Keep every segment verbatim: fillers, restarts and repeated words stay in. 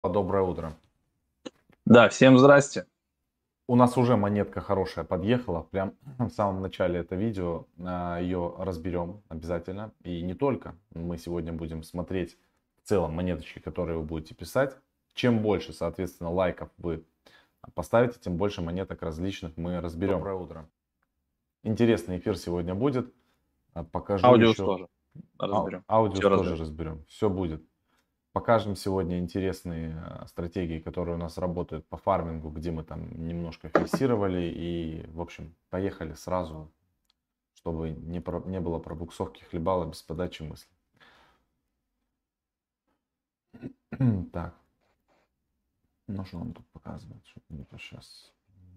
Доброе утро. Да, всем здрасте. У нас уже монетка хорошая подъехала. Прям в самом начале это видео а, ее разберем обязательно. И не только. Мы сегодня будем смотреть в целом монеточки, которые вы будете писать. Чем больше, соответственно, лайков вы поставите, тем больше монеток различных мы разберем. Доброе утро. Интересный эфир сегодня будет. А, Покажу Аудиус еще. тоже Ау- разберем. Аудиус Все тоже разберем. разберем. Все будет. Покажем сегодня интересные э, стратегии, которые у нас работают по фармингу, где мы там немножко фиксировали. И, в общем, поехали сразу, чтобы не, про- не было пробуксовки хлебала без подачи мысли. Так, ну что он тут показывает? Что-то сейчас.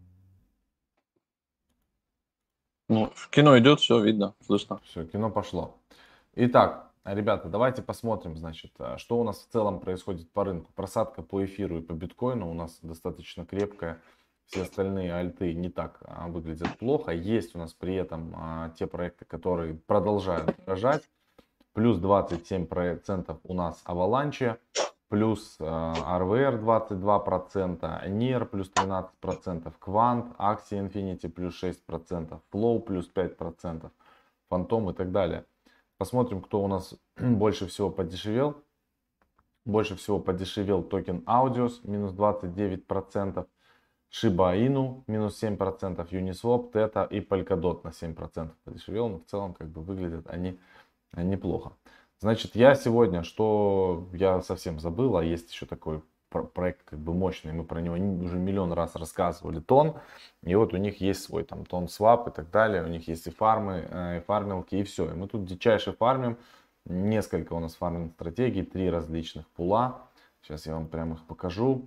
Ну, в кино идет, все видно, слышно. Все, кино пошло. Итак, ребята, давайте посмотрим, значит, а, что у нас в целом происходит по рынку. Просадка по эфиру и по биткоину у нас достаточно крепкая. Все остальные альты не так а, выглядят плохо. Есть у нас при этом а, те проекты, которые продолжают дорожать. Плюс двадцать семь процентов у нас Avalanche, плюс э, эр ви эр двадцать два процента, нир плюс тринадцать процентов, Quant, Axie Infinity плюс шесть процентов, Flow плюс пять процентов, Phantom и так далее. Посмотрим, кто у нас больше всего подешевел. Больше всего подешевел токен Audios, минус двадцать девять процентов. Shiba Inu, минус семь процентов. Uniswap, Theta и Polkadot на семь процентов подешевел. Но в целом как бы выглядят они неплохо. Значит, я сегодня, что я совсем забыл, а есть еще такой проект как бы мощный, мы про него уже миллион раз рассказывали, Тон, и вот у них есть свой там Тон Свап и так далее, у них есть и фармы, и фармилки, и все, и мы тут дичайше фармим, несколько у нас фарминг стратегий, три различных пула, сейчас я вам прям их покажу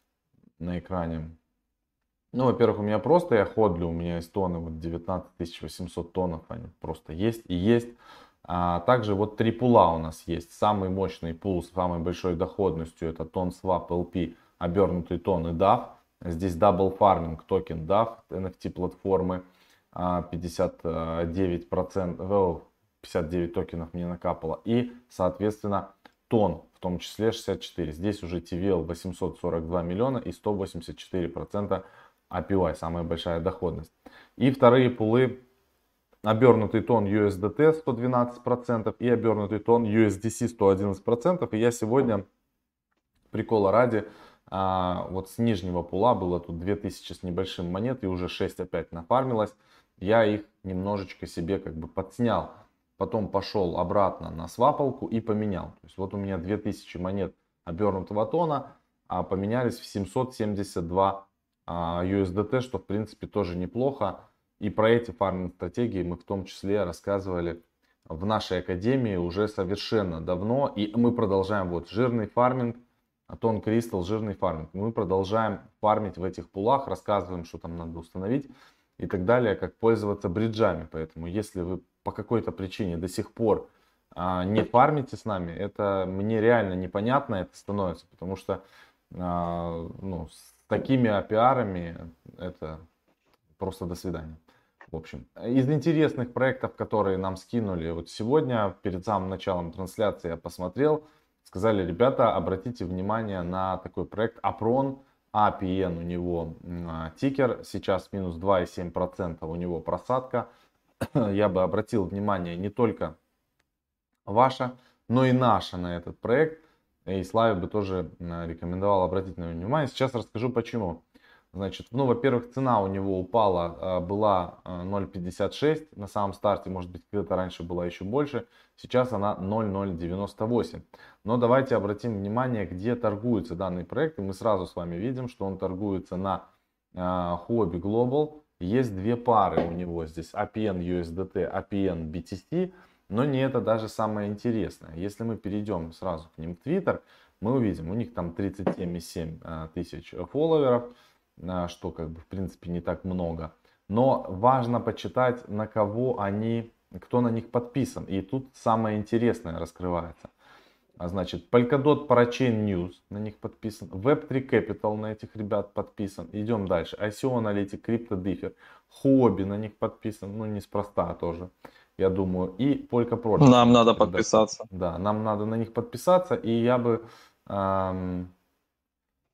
на экране. Ну, во-первых, у меня просто я ходлю, у меня есть тоны, вот девятнадцать тысяч восемьсот тоннов, они просто есть и есть. А также вот три пула у нас есть. Самый мощный пул с самой большой доходностью это тон свап эл пи, обернутый тон и дав. Здесь Double Farming токен дав, эн эф ти платформы, а, пятьдесят девять процентов, о, пятьдесят девять токенов мне накапало. И, соответственно, тон, в том числе шестьдесят четыре. Здесь уже ти ви эл восемьсот сорок два миллиона и сто восемьдесят четыре процента эй пи уай, самая большая доходность. И вторые пулы, обернутый тон ю эс ди ти сто двенадцать процентов и обернутый тон ю эс ди си сто одиннадцать процентов. И я сегодня, прикола ради, а, вот с нижнего пула было тут две тысячи с небольшим монет и уже шесть опять нафармилось. Я их немножечко себе как бы подснял. Потом пошел обратно на свапалку и поменял. То есть вот у меня две тысячи монет обернутого тона, а поменялись в семьсот семьдесят два ю эс ди ти, что в принципе тоже неплохо. И про эти фарминг стратегии мы в том числе рассказывали в нашей академии уже совершенно давно. И мы продолжаем вот жирный фарминг, тон кристалл, жирный фарминг. Мы продолжаем фармить в этих пулах, рассказываем, что там надо установить и так далее, как пользоваться бриджами. Поэтому если вы по какой-то причине до сих пор а, не фармите с нами, это мне реально непонятно это становится, потому что а, ну, с такими эй пи ай-арами это просто до свидания. В общем, из интересных проектов, которые нам скинули вот сегодня, перед самым началом трансляции я посмотрел, сказали, ребята, обратите внимание на такой проект Apron, эй пи эн у него тикер, сейчас минус два и семь десятых процента у него просадка. Я бы обратил внимание не только ваше, но и наше на этот проект. И Славе бы тоже рекомендовал обратить на него внимание. Сейчас расскажу почему. Значит, ну, во-первых, цена у него упала, была ноль пятьдесят шесть, на самом старте, может быть, где-то раньше была еще больше, сейчас она ноль ноль девяносто восемь. Но давайте обратим внимание, где торгуется данный проект, и мы сразу с вами видим, что он торгуется на Huobi Global. Есть две пары у него здесь, эй пи эн ю эс ди ти, эй пи эн би ти си, но не это даже самое интересное. Если мы перейдем сразу к ним в Twitter, мы увидим, у них там тридцать семь и семь тысяч фолловеров, что как бы в принципе не так много. Но важно почитать, на кого они, кто на них подписан. И тут самое интересное раскрывается. А значит, Polkadot Parachain News на них подписан. веб три Capital на этих ребят подписан. Идем дальше. ай си о Analytics, CryptoDiffer. Huobi на них подписан. Ну, неспроста тоже, я думаю. И Polka Project Нам на надо этих ребят. подписаться. Да, нам надо на них подписаться. И я бы эм,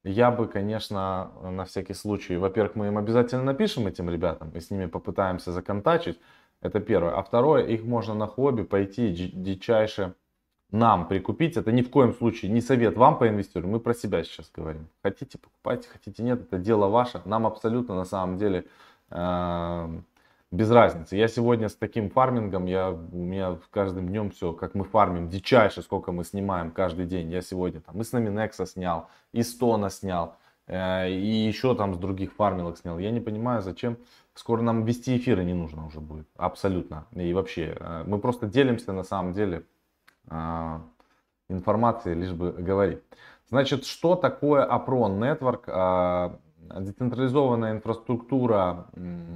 я бы, конечно, на всякий случай, во-первых, мы им обязательно напишем, этим ребятам, и с ними попытаемся законтачить. Это первое. А второе, их можно на хобби пойти дичайше нам прикупить. Это ни в коем случае не совет вам по инвестированию. Мы про себя сейчас говорим. Хотите, покупайте, хотите, нет. Это дело ваше. Нам абсолютно на самом деле э, без разницы. Я сегодня с таким фармингом, я, у меня каждым днем все, как мы фармим, дичайше, сколько мы снимаем каждый день. Я сегодня там и с Nominex снял, и с Тона снял, э, и еще там с других фармилок снял. Я не понимаю, зачем. Скоро нам вести эфиры не нужно уже будет. Абсолютно. И вообще, э, мы просто делимся на самом деле э, информацией, лишь бы говорить. Значит, что такое Apron Network? Э, децентрализованная инфраструктура,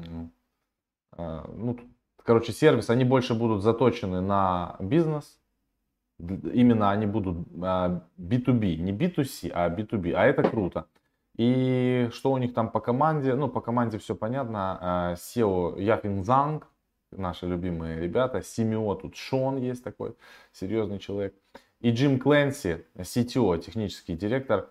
ну, короче, сервис, они больше будут заточены на бизнес. Именно они будут би ту би, не би ту си, а би ту би. А это круто. И что у них там по команде? Ну, по команде все понятно. сео Яфин Занг, наши любимые ребята. си эм о тут Шон есть такой, серьезный человек. И Джим Кленси, си ти о, технический директор.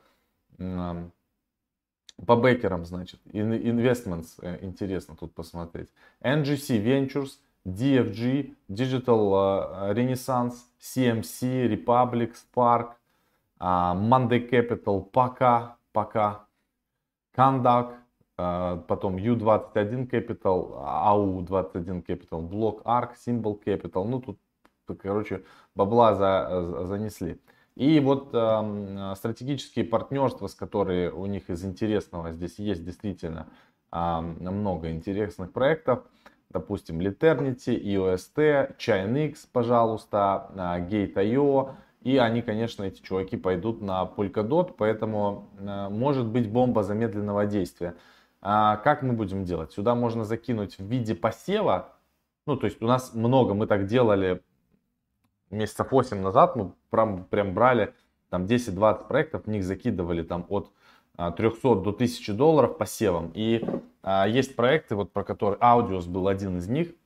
По бэкерам, значит, Investments, интересно тут посмотреть. эн джи си Ventures, ди эф джи, Digital Renaissance, си эм си, Republic, Spark, Monday Capital, пока, пока, Conduct, потом ю двадцать один Capital, эй ю двадцать один Capital, Block Arc, Symbol Capital. Ну, тут, короче, бабла за, занесли. И вот э, стратегические партнерства, с которые у них из интересного здесь есть действительно э, много интересных проектов. Допустим, Liternity, и о эс ти, Chainx, пожалуйста, э, Gate точка ай о. И они, конечно, эти чуваки пойдут на Polkadot, поэтому э, может быть бомба замедленного действия. А как мы будем делать? Сюда можно закинуть в виде посева. Ну, то есть у нас много, мы так делали месяцев восемь назад, мы прям, прям брали там десять-двадцать проектов, в них закидывали там от трехсот до тысячи долларов посевом. И а, есть проекты, вот про которые Audios был один из них.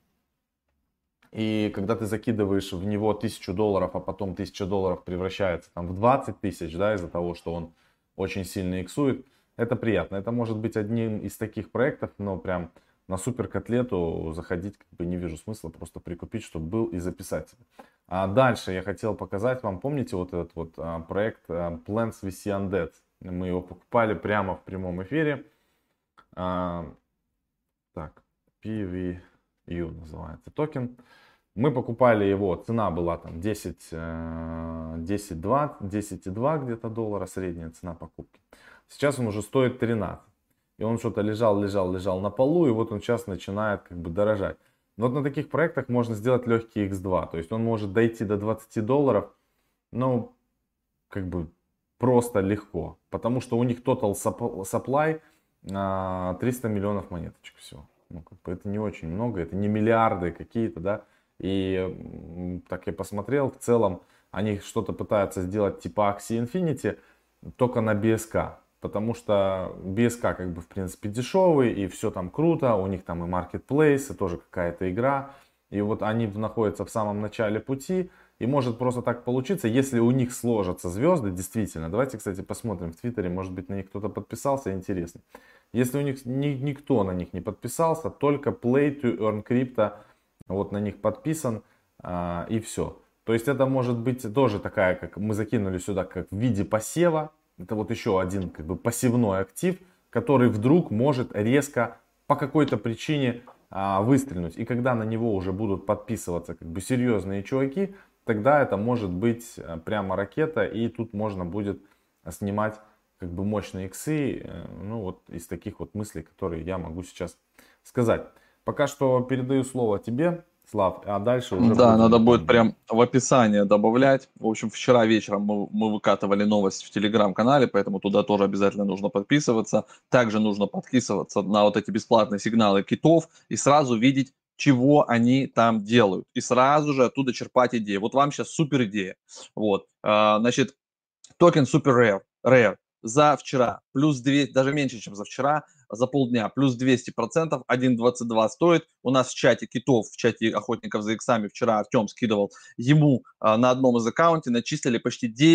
И когда ты закидываешь в него тысячу долларов, а потом тысяча долларов превращается там в двадцать тысяч, да, из-за того, что он очень сильно иксует, это приятно. Это может быть одним из таких проектов, но прям на супер котлету заходить как бы не вижу смысла, просто прикупить, чтобы был и записать. А дальше я хотел показать вам, помните вот этот вот а, проект а, Plants ви си Undead? Мы его покупали прямо в прямом эфире. А, так, пи ви ю называется токен. Мы покупали его, цена была там десять, десять, двадцать, десять и два где-то доллара, средняя цена покупки. Сейчас он уже стоит тринадцать. И он что-то лежал, лежал, лежал на полу, и вот он сейчас начинает как бы дорожать. Но вот на таких проектах можно сделать легкий икс два. То есть он может дойти до двадцати долларов, ну, как бы просто легко. Потому что у них total supply триста миллионов монеточек всего. Ну, как бы это не очень много, это не миллиарды какие-то, да. И так я посмотрел, в целом они что-то пытаются сделать типа Axie Infinity, только на би эс кей. Потому что би эс кей как бы в принципе дешевый, и все там круто, у них там и marketplace, и тоже какая-то игра. И вот они находятся в самом начале пути, и может просто так получиться, если у них сложатся звезды, действительно. Давайте, кстати, посмотрим в Твиттере, может быть на них кто-то подписался, интересно. Если у них ни, никто на них не подписался, только Play to Earn Crypto вот на них подписан, а, и все. То есть это может быть тоже такая, как мы закинули сюда, как в виде посева. Это вот еще один как бы пассивной актив, который вдруг может резко по какой-то причине а, выстрелить. И когда на него уже будут подписываться как бы серьезные чуваки, тогда это может быть прямо ракета, и тут можно будет снимать как бы мощные иксы. Ну вот из таких вот мыслей, которые я могу сейчас сказать. Пока что передаю слово тебе, Слав, а дальше уже Да, будем, надо там, будет прям в описание добавлять. В общем, вчера вечером мы, мы выкатывали новость в Телеграм-канале, поэтому туда тоже обязательно нужно подписываться. Также нужно подписываться на вот эти бесплатные сигналы китов и сразу видеть, чего они там делают. И сразу же оттуда черпать идеи. Вот вам сейчас супер идея. Вот, а, значит, токен Super Rare, Rare за вчера плюс двести, даже меньше, чем за вчера, за полдня плюс двести процентов, один двадцать два стоит. У нас в чате китов, в чате охотников за иксами вчера Артем скидывал, ему а, на одном из аккаунтов начислили почти девять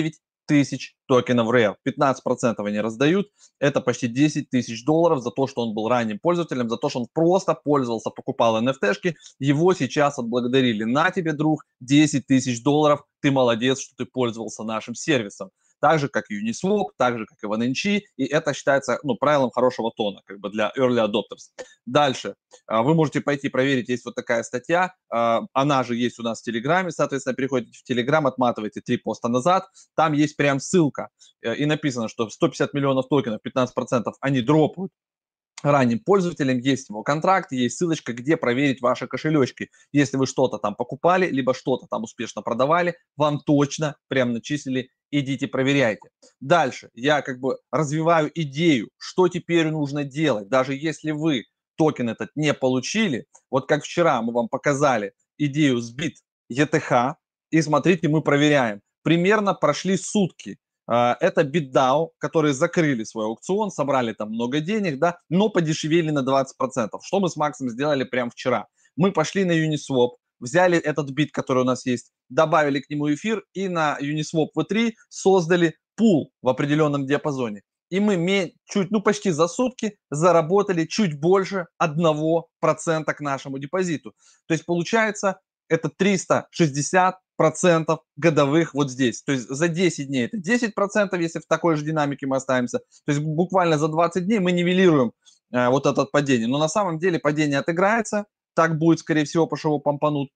тысяч токенов Rare. пятнадцать процентов они раздают. Это почти десять тысяч долларов за то, что он был ранним пользователем, за то, что он просто пользовался, покупал эн эф ти-шки. Его сейчас отблагодарили. На тебе, друг, десять тысяч долларов. Ты молодец, что ты пользовался нашим сервисом. Так же, как и Uniswap, так же, как и OneInch, и это считается, ну, правилом хорошего тона, как бы для early adopters. Дальше. Вы можете пойти проверить, есть вот такая статья, она же есть у нас в Телеграме, соответственно, переходите в Телеграм, отматываете три поста назад, там есть прям ссылка, и написано, что сто пятьдесят миллионов токенов, пятнадцать процентов, они дропают ранним пользователям, есть его контракт, есть ссылочка, где проверить ваши кошелечки. Если вы что-то там покупали, либо что-то там успешно продавали, вам точно прям начислили, идите проверяйте. Дальше я как бы развиваю идею, что теперь нужно делать, даже если вы токен этот не получили. Вот как вчера мы вам показали идею с бит и ти эйч, и смотрите, мы проверяем. Примерно прошли сутки. Это BitDAO, которые закрыли свой аукцион, собрали там много денег, да, но подешевели на двадцать процентов. Что мы с Максом сделали прямо вчера? Мы пошли на Uniswap, взяли этот бит, который у нас есть, добавили к нему эфир и на Uniswap ви три создали пул в определенном диапазоне. И мы чуть, ну почти за сутки заработали чуть больше одного процента к нашему депозиту. То есть получается это триста шестьдесят процентов годовых вот здесь. То есть за десять дней это десять процентов, если в такой же динамике мы оставимся. То есть буквально за двадцать дней мы нивелируем э, вот это падение. Но на самом деле падение отыграется, так будет, скорее всего, потому что его помпанут.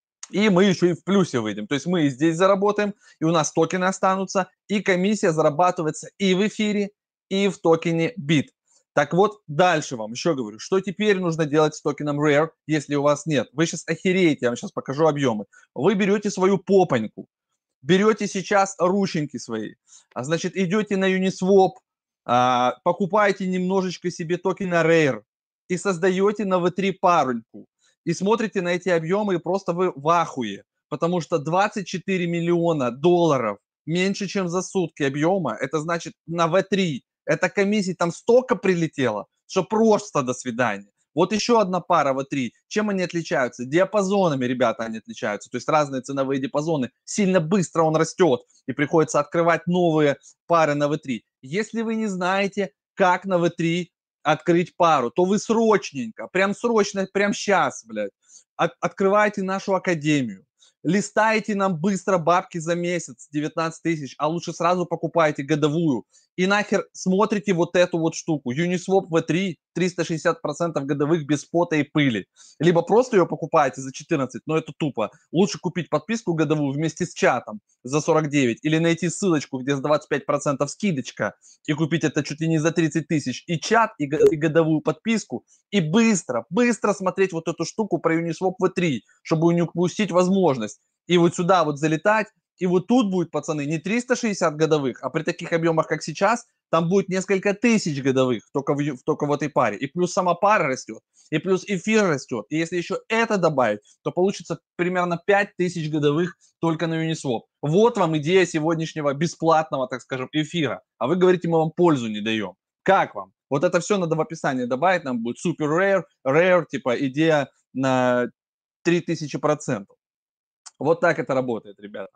И мы еще и в плюсе выйдем. То есть мы и здесь заработаем, и у нас токены останутся, и комиссия зарабатывается и в эфире, и в токене бит. Так вот, дальше вам еще говорю, что теперь нужно делать с токеном Rare, если у вас нет. Вы сейчас охереете, я вам сейчас покажу объемы. Вы берете свою попоньку, берете сейчас рученьки свои, а значит, идете на Uniswap, а, покупаете немножечко себе токена Rare и создаете на ви три пароньку. И смотрите на эти объемы, и просто вы в ахуе, потому что двадцать четыре миллиона долларов меньше, чем за сутки объема, это значит на ви три. Это комиссии там столько прилетело, что просто до свидания. Вот еще одна пара ви три. Чем они отличаются? Диапазонами, ребята, они отличаются. То есть разные ценовые диапазоны. Сильно быстро он растет, и приходится открывать новые пары на ви три. Если вы не знаете, как на ви три открыть пару, то вы срочненько, прям срочно, прям сейчас, блядь, от, открывайте нашу академию. Листаете нам быстро бабки за месяц, девятнадцать тысяч, а лучше сразу покупайте годовую. И нахер смотрите вот эту вот штуку. Uniswap ви три, триста шестьдесят процентов годовых без пота и пыли. Либо просто ее покупаете за четырнадцать, но это тупо. Лучше купить подписку годовую вместе с чатом за сорок девять. Или найти ссылочку, где с двадцать пять процентов скидочка. И купить это чуть ли не за тридцать тысяч. И чат, и, и годовую подписку. И быстро, быстро смотреть вот эту штуку про Uniswap ви три, чтобы не упустить возможность. И вот сюда вот залетать. И вот тут будет, пацаны, не триста шестьдесят годовых, а при таких объемах, как сейчас, там будет несколько тысяч годовых только в, только в этой паре. И плюс сама пара растет, и плюс эфир растет. И если еще это добавить, то получится примерно пять тысяч годовых только на Uniswap. Вот вам идея сегодняшнего бесплатного, так скажем, эфира. А вы говорите, мы вам пользу не даем. Как вам? Вот это все надо в описании добавить, нам будет супер rare, rare, типа идея на три тысячи процентов. Вот так это работает, ребята.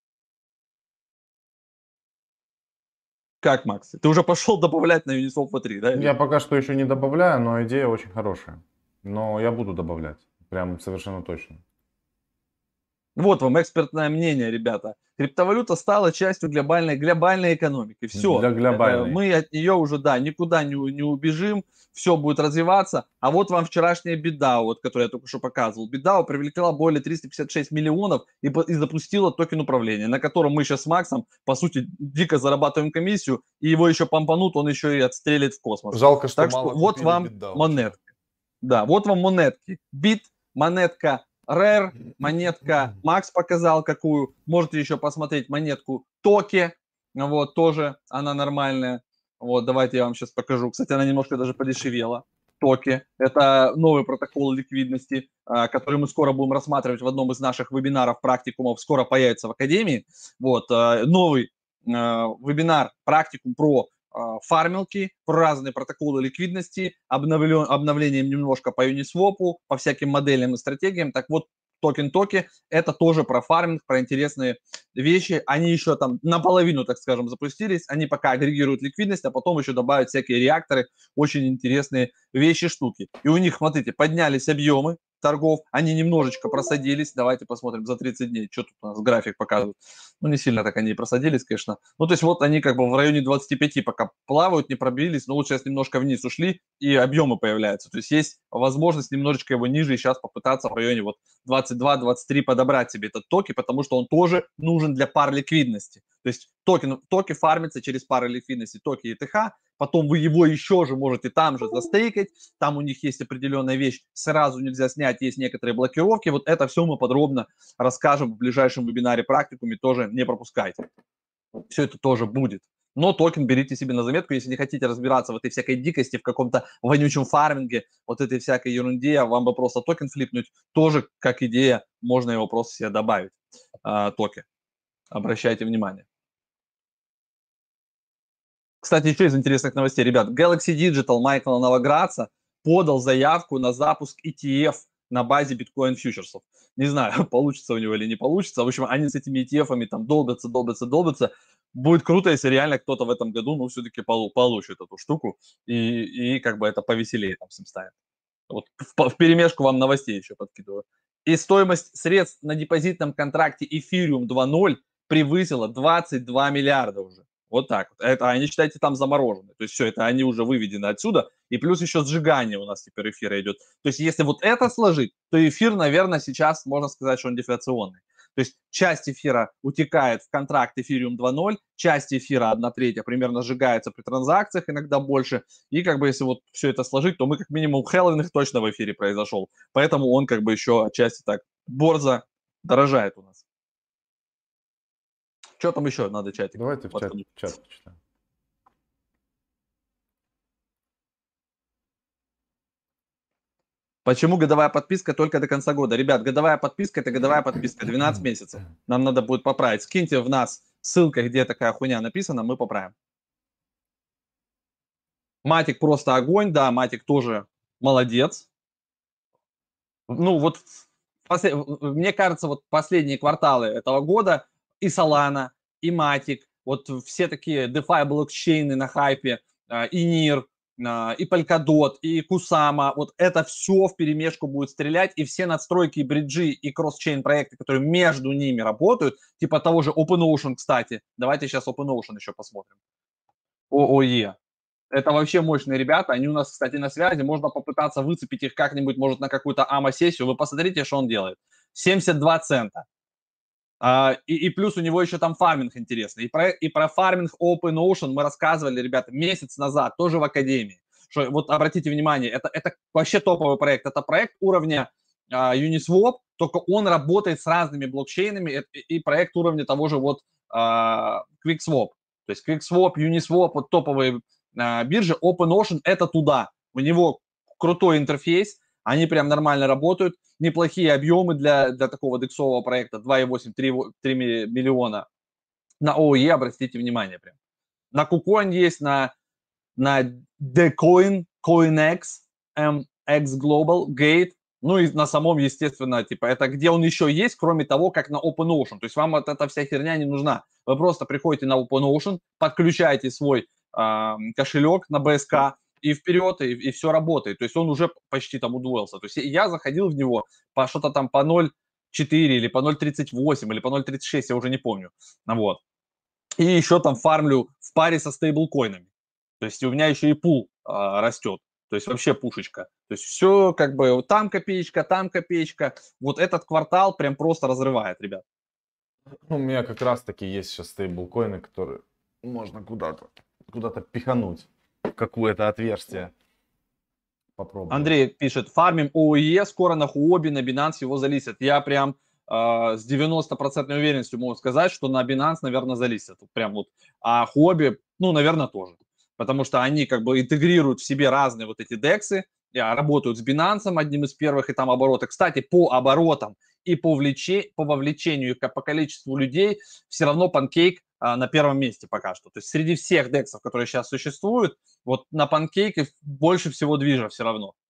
Как, Макс? Ты уже пошел добавлять на Uniswap ви три, да? Я пока что еще не добавляю, но идея очень хорошая. Но я буду добавлять. Прям совершенно точно. Вот вам экспертное мнение, ребята. Криптовалюта стала частью глобальной, глобальной экономики. Все. Для глобальной. Мы от нее уже, да, никуда не, не убежим. Все будет развиваться. А вот вам вчерашняя BitDAO, вот, которую я только что показывал. BitDAO привлекла более триста пятьдесят шесть миллионов и, и запустила токен управления, на котором мы сейчас с Максом, по сути, дико зарабатываем комиссию. И его еще помпанут, он еще и отстрелит в космос. Жалко, что так мало что вот вам BitDAO, монетки. Да, вот вам монетки. Бит, монетка Rare, монетка Макс показал какую. Можете еще посмотреть монетку Токи. Вот, тоже она нормальная. Вот, давайте я вам сейчас покажу. Кстати, она немножко даже подешевела. Токи. Это новый протокол ликвидности, который мы скоро будем рассматривать в одном из наших вебинаров, практикумов. Скоро появится в Академии. Вот, новый вебинар, практикум про фармилки, про разные протоколы ликвидности, обновлен, обновлением немножко по Uniswap, по всяким моделям и стратегиям. Так вот, токен-токи, это тоже про фарминг, про интересные вещи. Они еще там наполовину, так скажем, запустились. Они пока агрегируют ликвидность, а потом еще добавят всякие реакторы, очень интересные вещи, штуки. И у них, смотрите, поднялись объемы торгов, они немножечко просадились. Давайте посмотрим за тридцать дней, что тут у нас график показывает. Ну, не сильно так они и просадились, конечно. Ну, то есть вот они как бы в районе двадцати пяти пока плавают, не пробились, но вот сейчас немножко вниз ушли, и объемы появляются. То есть есть возможность немножечко его ниже и сейчас попытаться в районе вот двадцать два двадцать три подобрать себе этот токи, потому что он тоже нужен для пар ликвидности. То есть токен, токи фармятся через пары ликвидности, токи и ТХ, потом вы его еще же можете там же застейкать, там у них есть определенная вещь, сразу нельзя снять, есть некоторые блокировки, вот это все мы подробно расскажем в ближайшем вебинаре практикуме, тоже не пропускайте. Все это тоже будет. Но токен берите себе на заметку, если не хотите разбираться в этой всякой дикости, в каком-то вонючем фарминге, вот этой всякой ерунде, вам бы просто токен флипнуть, тоже как идея, можно его просто себе добавить, э, токи. Обращайте внимание. Кстати, еще из интересных новостей, ребят, Galaxy Digital Майкла Новоградца подал заявку на запуск и ти эф на базе биткоин-фьючерсов. Не знаю, получится у него или не получится. В общем, они с этими и ти эфами там долбятся, долбятся, долбятся. Будет круто, если реально кто-то в этом году, ну, все-таки получит эту штуку и, и как бы это повеселее там всем станет. Вот в, в перемешку вам новостей еще подкидываю. И стоимость средств на депозитном контракте Ethereum два ноль превысила двадцать два миллиарда уже. Вот так вот. Это они, считайте, там заморожены. То есть все, это они уже выведены отсюда. И плюс еще сжигание у нас теперь эфира идет. То есть если вот это сложить, то эфир, наверное, сейчас можно сказать, что он дефляционный. То есть часть эфира утекает в контракт Ethereum два ноль, часть эфира, одна третья, примерно сжигается при транзакциях, иногда больше. И как бы если вот все это сложить, то мы как минимум Хэллоуин точно в эфире произошел. Поэтому он как бы еще отчасти так борзо дорожает у нас. Что там еще надо чатик? Давайте в чат, чат почитаем. Почему годовая подписка только до конца года? Ребят, годовая подписка – это годовая подписка, двенадцать месяцев. Нам надо будет поправить. Скиньте в нас ссылка, где такая хуйня написана, мы поправим. Матик просто огонь, да, Матик тоже молодец. Ну вот, послед... мне кажется, вот последние кварталы этого года и Solana, и Matic, вот все такие DeFi блокчейны на хайпе, и нир, и Polkadot, и Kusama, вот это все вперемешку будет стрелять, и все надстройки, и бриджи, и кросс-чейн проекты, которые между ними работают, типа того же OpenOcean, кстати. Давайте сейчас OpenOcean еще посмотрим. ООЕ. Это вообще мощные ребята, они у нас, кстати, на связи, можно попытаться выцепить их как-нибудь, может, на какую-то АМА-сессию, вы посмотрите, что он делает. семьдесят два цента. А, и, и плюс у него еще там фарминг интересный. И про, и про фарминг OpenOcean мы рассказывали, ребята, месяц назад, тоже в Академии. Что, вот обратите внимание, это, это вообще топовый проект. Это проект уровня а, Uniswap, только он работает с разными блокчейнами, и, и проект уровня того же вот а, QuickSwap. То есть QuickSwap, Uniswap, вот топовые а, биржи. OpenOcean это туда. У него крутой интерфейс, они прям нормально работают, неплохие объемы для, для такого дексового проекта, два и восемь - три миллиона. На ООЕ обратите внимание прям. На KuCoin есть, на, на Dcoin, CoinEx, эм экс Global, Gate, ну и на самом, естественно, типа, это где он еще есть, кроме того, как на OpenOcean. То есть вам вот эта вся херня не нужна. Вы просто приходите на OpenOcean, подключаете свой э, кошелек на би эс кей, и вперед, и, и все работает. То есть он уже почти там удвоился. То есть я заходил в него по что-то там по ноль целых четыре или по ноль целых тридцать восемь или по ноль целых тридцать шесть, я уже не помню. Вот. И еще там фармлю в паре со стейблкоинами. То есть у меня еще и пул а, растет. То есть вообще пушечка. То есть все как бы вот там копеечка, там копеечка. Вот этот квартал прям просто разрывает, ребят. Ну, у меня как раз таки есть сейчас стейблкоины, которые можно куда-то куда-то пихануть. Какое-то отверстие. Попробуем. Андрей пишет, фармим ООЕ, скоро на Huobi, на Binance его залистят. Я прям э, с девяносто процентов уверенностью могу сказать, что на Binance, наверное, залистят. Прям вот. А Huobi, ну, наверное, тоже. Потому что они как бы интегрируют в себе разные вот эти дексы, работают с Binance, одним из первых, и там обороты. Кстати, по оборотам и по, влече, по вовлечению, по количеству людей, все равно Pancake а, на первом месте пока что. То есть среди всех дексов, которые сейчас существуют, вот на Pancake больше всего движа все равно.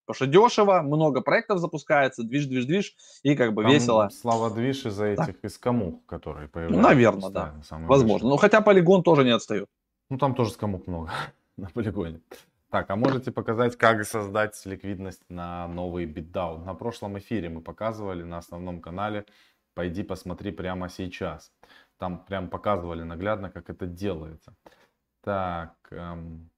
Потому что дешево, много проектов запускается, движ, движ, движ, и как бы Там, весело. слава движ из-за Так, этих искомух, которые ну, появляются наверное, да. постоянно, самые Возможно. большие. Ну, хотя полигон тоже не отстает. Ну, там тоже скамук много на полигоне. Так, а можете показать, как создать ликвидность на новый битдаун? На прошлом эфире мы показывали на основном канале. Пойди посмотри прямо сейчас. Там прям показывали наглядно, как это делается. Так, эм,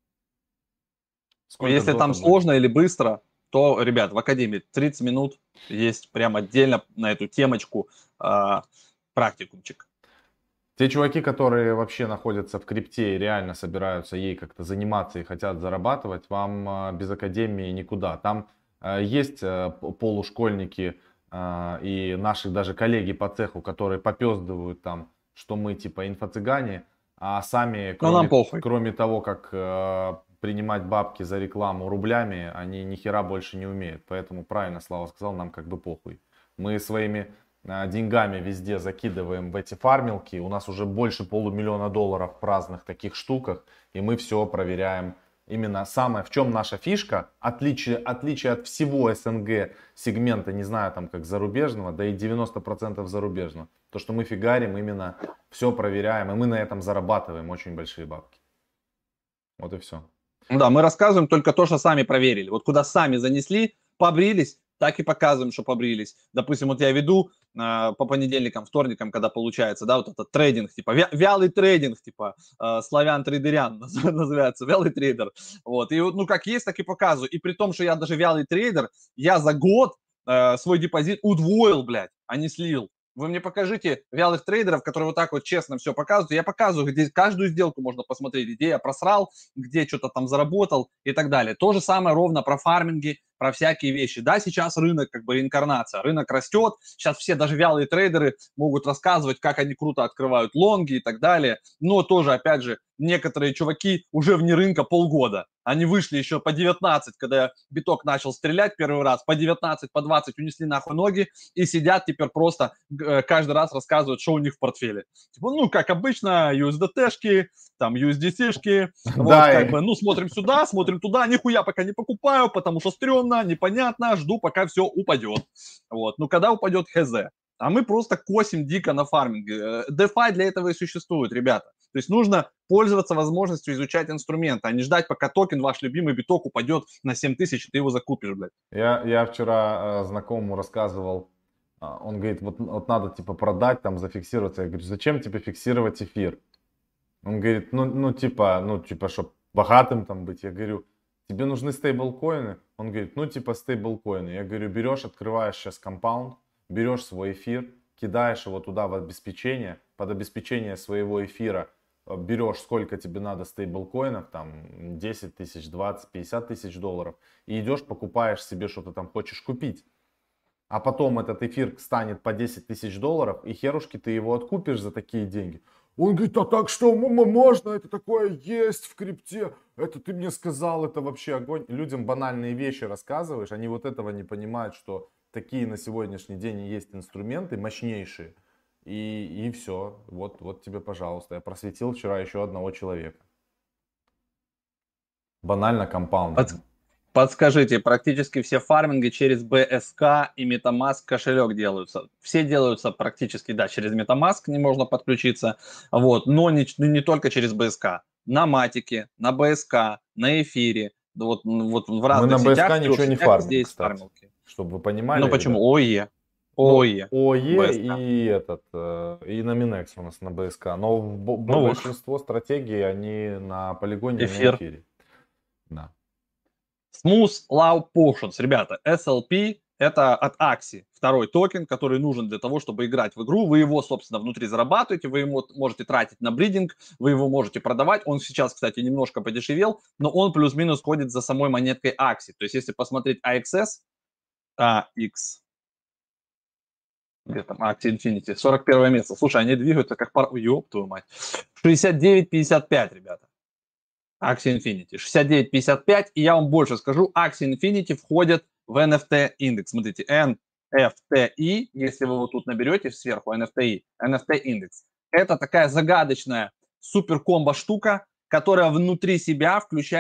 сколько Если дота там будет? сложно или быстро, то, ребят, в Академии тридцать минут есть прям отдельно на эту темочку э, практикумчик. Те чуваки, которые вообще находятся в крипте и реально собираются ей как-то заниматься и хотят зарабатывать, вам а, без академии никуда. Там а, есть а, п- полушкольники а, и наши даже коллеги по цеху, которые попездывают там, что мы типа инфо-цыгане, а сами, Но нам кроме, похуй. кроме того, как а, принимать бабки за рекламу рублями, они ни хера больше не умеют. Поэтому правильно Слава сказал, нам как бы похуй. Мы своими а, деньгами везде закидываем в эти фармилки. У нас уже больше полумиллиона долларов в разных таких штуках. И мы все проверяем. Именно самое, в чем наша фишка, отличие, отличие от всего СНГ сегмента, не знаю там как зарубежного, да и девяносто процентов зарубежного. То, что мы фигарим, именно все проверяем, и мы на этом зарабатываем очень большие бабки. Вот и все. Да, мы рассказываем только то, что сами проверили. Вот куда сами занесли, побрились, так и показываем, что побрились. Допустим, вот я веду э, по понедельникам, вторникам, когда получается, да, вот этот трейдинг, типа вя- вялый трейдинг, типа э, славян трейдерян называется, вялый трейдер. Вот, и вот, ну, как есть, так и показываю. И при том, что я даже вялый трейдер, я за год э, свой депозит удвоил, блядь, а не слил. Вы мне покажите вялых трейдеров, которые вот так вот честно все показывают. Я показываю, где каждую сделку можно посмотреть, где я просрал, где что-то там заработал и так далее. То же самое ровно про фарминги, про всякие вещи. Да, сейчас рынок, как бы реинкарнация, рынок растет, сейчас все даже вялые трейдеры могут рассказывать, как они круто открывают лонги и так далее, но тоже, опять же, некоторые чуваки уже вне рынка полгода. Они вышли еще по девятнадцать, когда биток начал стрелять первый раз, по девятнадцать, по двадцать унесли нахуй ноги и сидят теперь просто э, каждый раз рассказывают, что у них в портфеле. Типа, ну, как обычно, ю эс ди ти-шки, там ю эс ди си-шки, вот, Да, как и бы, ну, смотрим сюда, смотрим туда, нихуя пока не покупаю, потому что стрёмно, непонятно, жду, пока все упадет. Вот, ну, когда упадет, хз. А мы просто косим дико на фарминге. DeFi для этого и существует, ребята. То есть нужно пользоваться возможностью изучать инструменты, а не ждать, пока токен, ваш любимый биток, упадет на семь тысяч, и ты его закупишь, блядь. Я, я вчера э, знакомому рассказывал, а, он говорит, вот, вот надо типа продать, там зафиксироваться. Я говорю, зачем тебе фиксировать эфир? Он говорит, ну, ну типа, ну типа, чтобы богатым там быть. Я говорю, тебе нужны стейблкоины? Он говорит, ну типа стейблкоины. Я говорю, берешь, открываешь сейчас компаунд, берешь свой эфир, кидаешь его туда в обеспечение, под обеспечение своего эфира э, берешь, сколько тебе надо стейблкоинов, там десять тысяч, двадцать, пятьдесят тысяч долларов, и идешь, покупаешь себе что-то там хочешь купить. А потом этот эфир станет по десять тысяч долларов, и херушки ты его откупишь за такие деньги. Он говорит, а так что, мама, можно, это такое есть в крипте, это ты мне сказал, это вообще огонь. Людям банальные вещи рассказываешь, они вот этого не понимают, что такие на сегодняшний день есть инструменты мощнейшие. И, и все, вот, вот тебе, пожалуйста, я просветил вчера еще одного человека. Банально компаунд. Под- Подскажите, практически все фарминги через би эс кей и MetaMask кошелек делаются. Все делаются практически, да, через MetaMask не можно подключиться, вот, но не, не только через би эс кей. На Матике, на би эс кей, на Эфире, вот, вот в Мы на разных сетях, БСК в трех ничего не сетях везде фармим, есть кстати, фармилки. чтобы вы Ну понимали, почему? ребят. ОЕ. Ну, ОЕ. ОЕ би эс кей. и этот, э, и на Минекс у нас на БСК. Но в- бо- бо- Ну вот, большинство стратегий, они на полигоне и на эфир. эфире. Да. Smooth Low Potions, ребята, эс эл пи это от Axie, второй токен, который нужен для того, чтобы играть в игру. Вы его, собственно, внутри зарабатываете, вы его можете тратить на бридинг, вы его можете продавать. Он сейчас, кстати, немножко подешевел, но он плюс-минус ходит за самой монеткой Axie. То есть, если посмотреть эй икс эс, а, X, где там, Axie Infinity, сорок первое место. Слушай, они двигаются как пар... Ёб твою мать. шестьдесят девять пятьдесят пять, ребята. Axie Infinity. шестьдесят девять пятьдесят пять. И я вам больше скажу, Axie Infinity входит в эн эф ти индекс. Смотрите, эн эф ти и, если вы вот тут наберете сверху эн эф ти и, эн эф ти индекс. Это такая загадочная супер комбо штука, которая внутри себя включает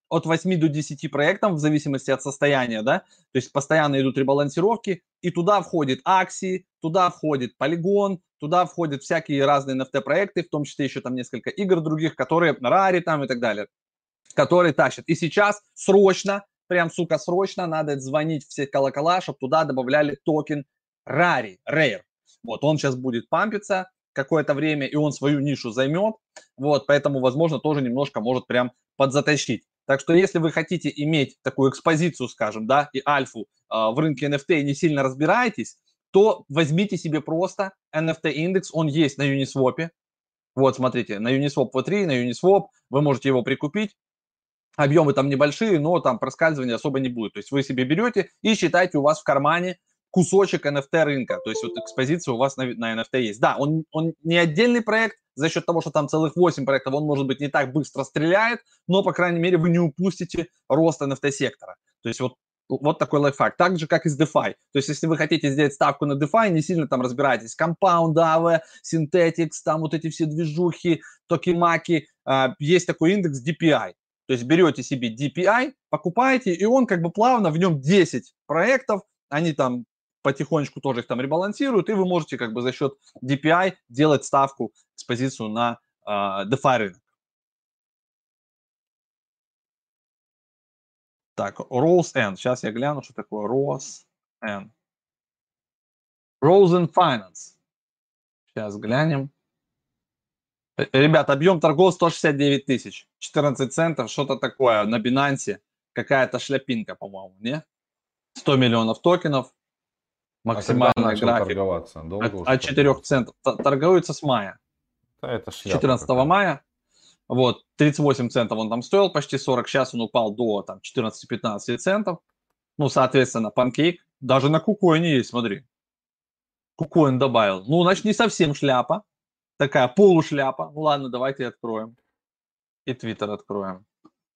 от восьми до десяти проектов в зависимости от состояния, да, то есть постоянно идут ребалансировки, и туда входит Axie, туда входит Polygon, туда входят всякие разные эн эф ти-проекты, в том числе еще там несколько игр других, которые, Rari там и так далее, которые тащат. И сейчас срочно, прям, сука, срочно надо звонить все колокола, чтобы туда добавляли токен Rari, Rare. Вот, он сейчас будет пампиться какое-то время, и он свою нишу займет, вот, поэтому, возможно, тоже немножко может прям подзатащить. Так что, если вы хотите иметь такую экспозицию, скажем, да, и альфу э, в рынке эн эф ти и не сильно разбираетесь, то возьмите себе просто эн эф ти-индекс, он есть на Uniswap. Вот, смотрите, на Uniswap ви три, на Uniswap, вы можете его прикупить. Объемы там небольшие, но там проскальзывания особо не будет. То есть вы себе берете и считайте, у вас в кармане кусочек эн эф ти рынка. То есть вот экспозиция у вас на, на эн эф ти есть. Да, он, он не отдельный проект, за счет того, что там целых восемь проектов, он, может быть, не так быстро стреляет, но, по крайней мере, вы не упустите рост эн эф ти-сектора. То есть вот, вот такой лайфхак. Так же, как и с DeFi. То есть если вы хотите сделать ставку на DeFi, не сильно там разбираетесь. Compound, эй ви, Synthetix, там вот эти все движухи, токимаки. Есть такой индекс ди пи ай. То есть берете себе ди пи ай, покупаете, и он как бы плавно, в нем десять проектов, они там потихонечку тоже их там ребалансируют, и вы можете как бы за счет ди пи ай делать ставку, экспозицию на э, DeFi рынок. Так, Rose'n. Сейчас я гляну, что такое Rose'n. Rose'n Finance. Сейчас глянем. Ребят, объем торгов сто шестьдесят девять тысяч. четырнадцать центов, что-то такое на Binance. Какая-то шляпинка, по-моему, не? сто миллионов токенов. Максимальный а начал график торговаться? Долго от, уже от четырёх центов. Торгуется с мая. Да, это С шляпа четырнадцатого какая-то. мая. Вот, тридцать восемь центов он там стоил, почти сорок. Сейчас он упал до там четырнадцати-пятнадцати центов. Ну, соответственно, панкейк. Даже на кукоине есть, смотри. Кукоин добавил. Ну, значит, не совсем шляпа. Такая полушляпа. Ну, ладно, давайте откроем. И Твиттер откроем.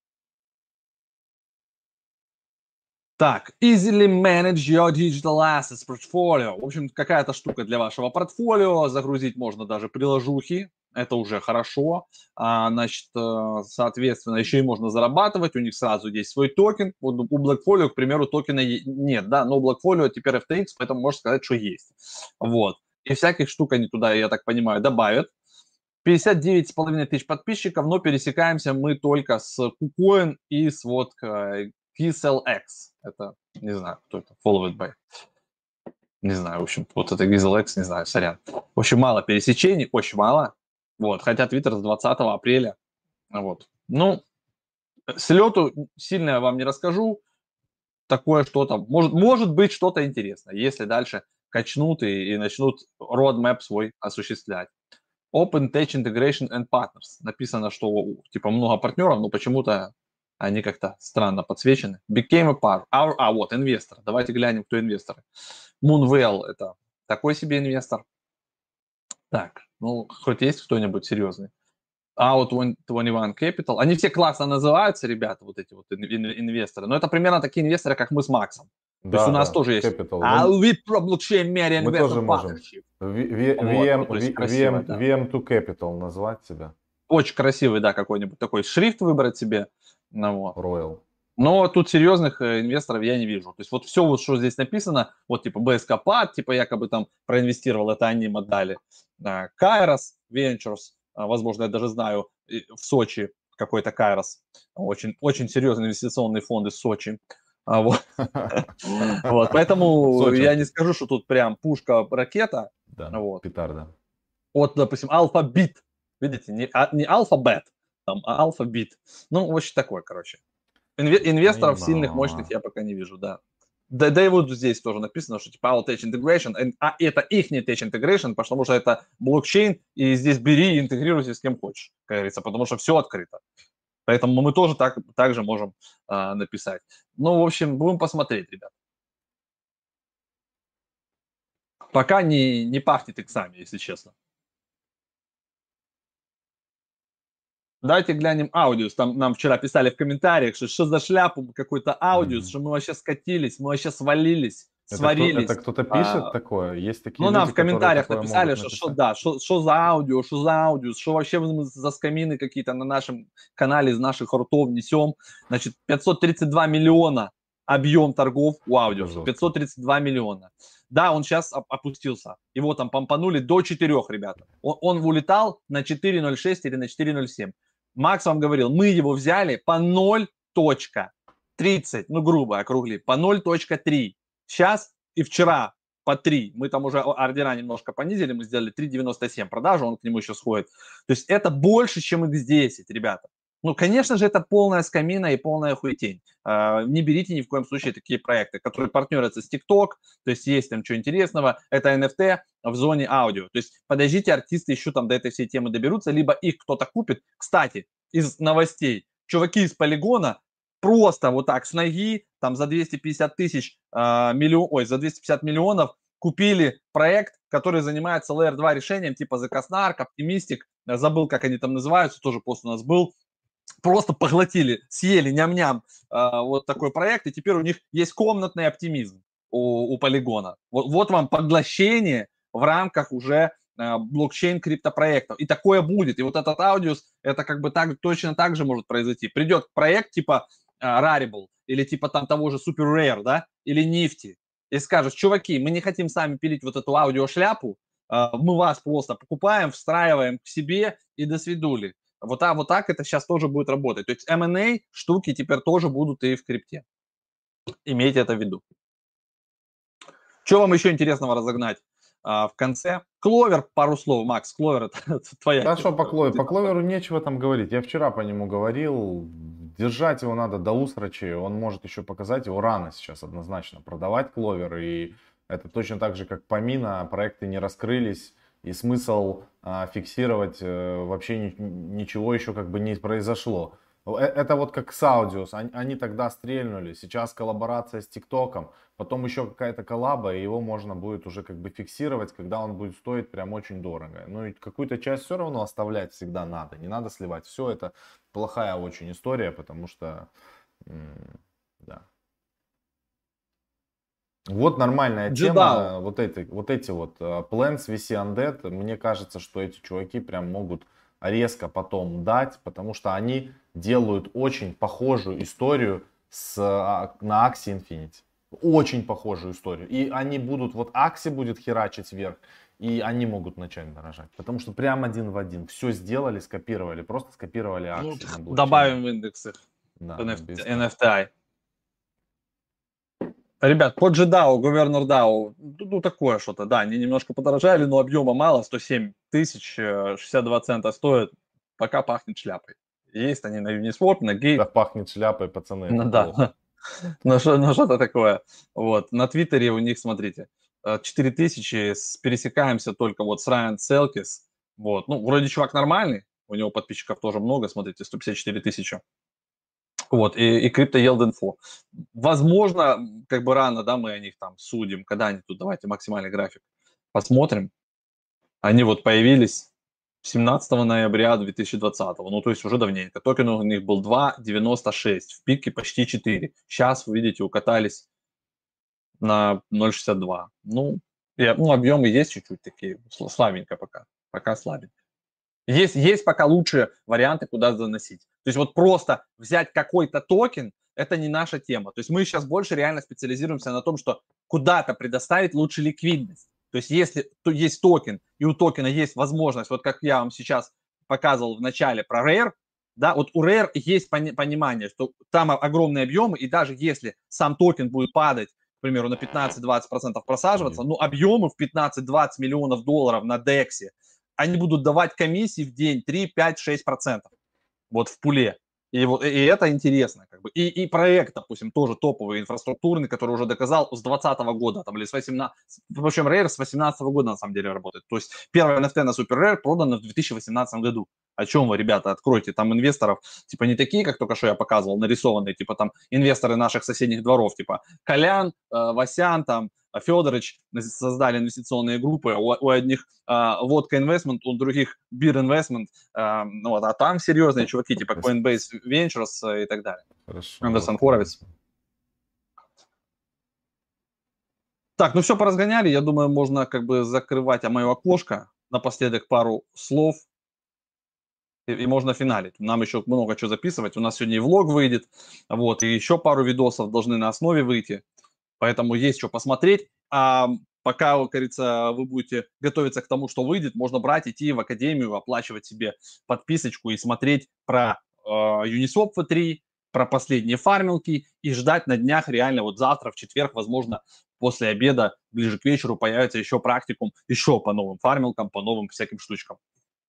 Так, easily manage your digital assets portfolio. В общем, какая-то штука для вашего портфолио. Загрузить можно даже приложухи. Это уже хорошо. А, значит, соответственно, еще и можно зарабатывать. У них сразу есть свой токен. Вот у Blackfolio, к примеру, токена нет, да, но у Blackfolio теперь эф ти экс, поэтому можно сказать, что есть. Вот. И всяких штук они туда, я так понимаю, добавят. пятьдесят девять с половиной тысяч подписчиков, но пересекаемся мы только с KuCoin и с вот GiselX. Это, не знаю, кто это, followed by. Не знаю, в общем, вот это GiselX, не знаю, сорян. В общем, мало пересечений, очень мало. Вот, хотя Twitter с двадцатого апреля. Вот. Ну, с лету сильно я вам не расскажу. Такое что-то, может, может быть что-то интересное, если дальше качнут и, и начнут roadmap свой осуществлять. Open Tech Integration and Partners. Написано, что типа много партнеров, но почему-то они как-то странно подсвечены. Became a part. Our, а, вот, инвестор. Давайте глянем, кто инвесторы. Moonwell – это такой себе инвестор. Так, ну, хоть есть кто-нибудь серьезный. Out двадцать один Capital. Они все классно называются, ребята, вот эти вот инвесторы. Но это примерно такие инвесторы, как мы с Максом. Да, То есть у нас да, тоже есть Capital. Alvit Pro Blockchain Media Мы тоже Investment можем Partnership. V- Вот, V M, ну, то есть V- красиво, V M, да. ви эм два Capital назвать себя. Очень красивый, да, какой-нибудь такой шрифт выбрать себе. Ну, вот. Royal. Но тут серьезных э, инвесторов я не вижу. То есть вот все, вот, что здесь написано, вот типа би эс кей пад, типа якобы там проинвестировал, это они им отдали. Да, Kairos Ventures, а, возможно, я даже знаю, в Сочи какой-то Kairos. Очень, очень серьезный инвестиционный фонд из Сочи. А, вот. Вот, поэтому я не скажу, что тут прям пушка-ракета. Да, вот. петарда. Вот, допустим, Alphabet. Видите, не, а, не алфабет, там, а алфабит. Ну, очень такой, короче. Инве- инвесторов сильных, мощных я пока не вижу, да. Да, да и вот здесь тоже написано, что типа Our Tech Integration, а это их не Tech Integration, потому что это блокчейн, и здесь бери и интегрируйся с кем хочешь, как говорится, потому что все открыто. Поэтому мы тоже так, так же можем а, написать. Ну, в общем, будем посмотреть, ребят. Пока не, не пахнет иксами, если честно. Давайте глянем аудиус. Там нам вчера писали в комментариях, что что за шляпу, какой-то аудиус, что мы вообще скатились, мы вообще свалились. сварились. Это, кто, это кто-то пишет а, такое? Есть такие Ну, нам люди, в комментариях которые такое написали, могут что, что написать? да, что, что за аудио, что за аудио, что вообще мы за скамины какие-то на нашем канале из наших ртов несем. Значит, пятьсот тридцать два миллиона объем торгов у аудио. пятьсот тридцать два миллиона. Да, он сейчас опустился. Его там помпанули до четырёх, ребята. Он, он улетал на четыре ноль шесть или на четыре ноль семь. Макс вам говорил, мы его взяли по ноль тридцать, ну, грубо округли, по ноль три. Сейчас и вчера по три. Мы там уже ордера немножко понизили, мы сделали три девяносто семь продажи, он к нему еще сходит. То есть это больше, чем икс десять, ребята. Ну, конечно же, это полная скамина и полная хуетень. Uh, не берите ни в коем случае такие проекты, которые партнерятся с TikTok, то есть есть там что интересного. Это эн эф ти в зоне аудио. То есть подождите, артисты еще там до этой всей темы доберутся, либо их кто-то купит. Кстати, из новостей, чуваки из Полигона просто вот так с ноги, там за двести пятьдесят тысяч, uh, миллион, ой, за двести пятьдесят миллионов купили проект, который занимается лэйер два решением, типа The Cosnark, Optimistic, забыл, как они там называются, тоже пост у нас был. Просто поглотили, съели ням-ням э, вот такой проект, и теперь у них есть комнатный оптимизм у, у Полигона. Вот, вот вам поглощение в рамках уже э, блокчейн-криптопроектов. И такое будет. И вот этот Audius, это как бы так, точно так же может произойти. Придет проект типа э, Rarible, или типа там того же Super Rare, да, или Nifty, и скажет, чуваки, мы не хотим сами пилить вот эту аудиошляпу, э, мы вас просто покупаем, встраиваем к себе и до свидули. Вот, а, вот так это сейчас тоже будет работать. То есть эм энд эй штуки теперь тоже будут и в крипте. Имейте это в виду. Что вам еще интересного разогнать а, в конце? Кловер, пару слов, Макс. Кловер, это твоя Да, тема. что по Кловеру? По Кловеру нечего там говорить. Я вчера по нему говорил. Держать его надо до усрачи. Он может еще показать. Его рано сейчас однозначно продавать Кловер. И это точно так же, как Помина. Проекты не раскрылись. И смысл а, фиксировать а, вообще ни, ничего еще как бы не произошло. Это вот как с Audius. Они, они тогда стрельнули. Сейчас коллаборация с ТикТоком. Потом еще какая-то коллаба, и его можно будет уже как бы фиксировать, когда он будет стоить прям очень дорого. Ну и какую-то часть все равно оставлять всегда надо. Не надо сливать. Все это плохая очень история, потому что... Да. Вот нормальная тема, вот эти, вот эти вот Plants, ви си Undead, мне кажется, что эти чуваки прям могут резко потом дать, потому что они делают очень похожую историю с, на Axie Infinity. Очень похожую историю. И они будут, вот Axie будет херачить вверх, и они могут начать дорожать. Потому что прям один в один. Все сделали, скопировали, просто скопировали Axie. Ну, добавим в индексы. Да, эн эф ти, эн эф ти ай. Ребят, тот же дао, Governor дао, ну такое что-то, да, они немножко подорожали, но объема мало, сто семь тысяч, шестьдесят два цента стоит, пока пахнет шляпой. Есть они на Uniswap, на Gate. Да, пахнет шляпой, пацаны, ну, это да. плохо. Ну, что, ну что-то такое. Вот, на Твиттере у них, смотрите, четыре тысячи, пересекаемся только вот с Райан Селкис, вот, ну, вроде чувак нормальный, у него подписчиков тоже много, смотрите, сто пятьдесят четыре тысячи. Вот, и, и Crypto Yield Info. Возможно, как бы рано, да, мы о них там судим, когда они тут, давайте максимальный график посмотрим. Они вот появились семнадцатого ноября две тысячи двадцатого, ну, то есть уже давненько. Токен у них был два девяносто шесть, в пике почти четыре. Сейчас, вы видите, укатались на ноль шестьдесят два. Ну, и, ну, объемы есть чуть-чуть такие, слабенько пока, пока слабенько. Есть, есть пока лучшие варианты, куда заносить. То есть вот просто взять какой-то токен, это не наша тема. То есть мы сейчас больше реально специализируемся на том, что куда-то предоставить лучше ликвидность. То есть если есть токен, и у токена есть возможность, вот как я вам сейчас показывал в начале про Rare, да, вот у Rare есть пони- понимание, что там огромные объемы, и даже если сам токен будет падать, к примеру, на пятнадцать-двадцать процентов просаживаться, ну объемы в пятнадцать-двадцать миллионов долларов на дексе, они будут давать комиссии в день три, пять, шесть процентов вот в пуле. И, вот, и это интересно. Как бы. и, и проект, допустим, тоже топовый, инфраструктурный, который уже доказал с двадцатого года, там, или с восемнадцатого, в общем, Rare с восемнадцатого года на самом деле работает. То есть первый эн эф ти на Super Rare продано в две тысячи восемнадцатом году. О чем вы, ребята, откройте, там инвесторов, типа не такие, как только что я показывал, нарисованные, типа там инвесторы наших соседних дворов, типа Колян, э, Васян, там, Федорович создали инвестиционные группы, у, у одних э, Водка Investment, у других Beer Investment, э, ну, вот, а там серьезные чуваки, типа Coinbase Ventures э, и так далее. Хорошо. Андерсон Хоровиц. Так, ну все, поразгоняли. Я думаю, можно как бы закрывать а мое окошко. Напоследок пару слов. И, и можно финалить. Нам еще много чего записывать. У нас сегодня и влог выйдет. Вот, и еще пару видосов должны на основе выйти. Поэтому есть что посмотреть. А пока, как говорится, вы будете готовиться к тому, что выйдет, можно брать, идти в академию, оплачивать себе подписочку и смотреть про э, Uniswap ви три, про последние фармилки и ждать на днях реально вот завтра, в четверг, возможно, после обеда, ближе к вечеру появится еще практикум, еще по новым фармилкам, по новым всяким штучкам.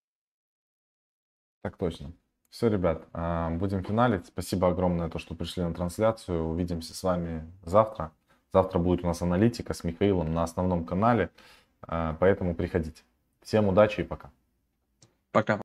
Так точно. Все, ребят, а, будем финалить. Спасибо огромное, то, что пришли на трансляцию. Увидимся с вами завтра. Завтра будет у нас аналитика с Михаилом на основном канале, а, поэтому приходите. Всем удачи и пока. Пока.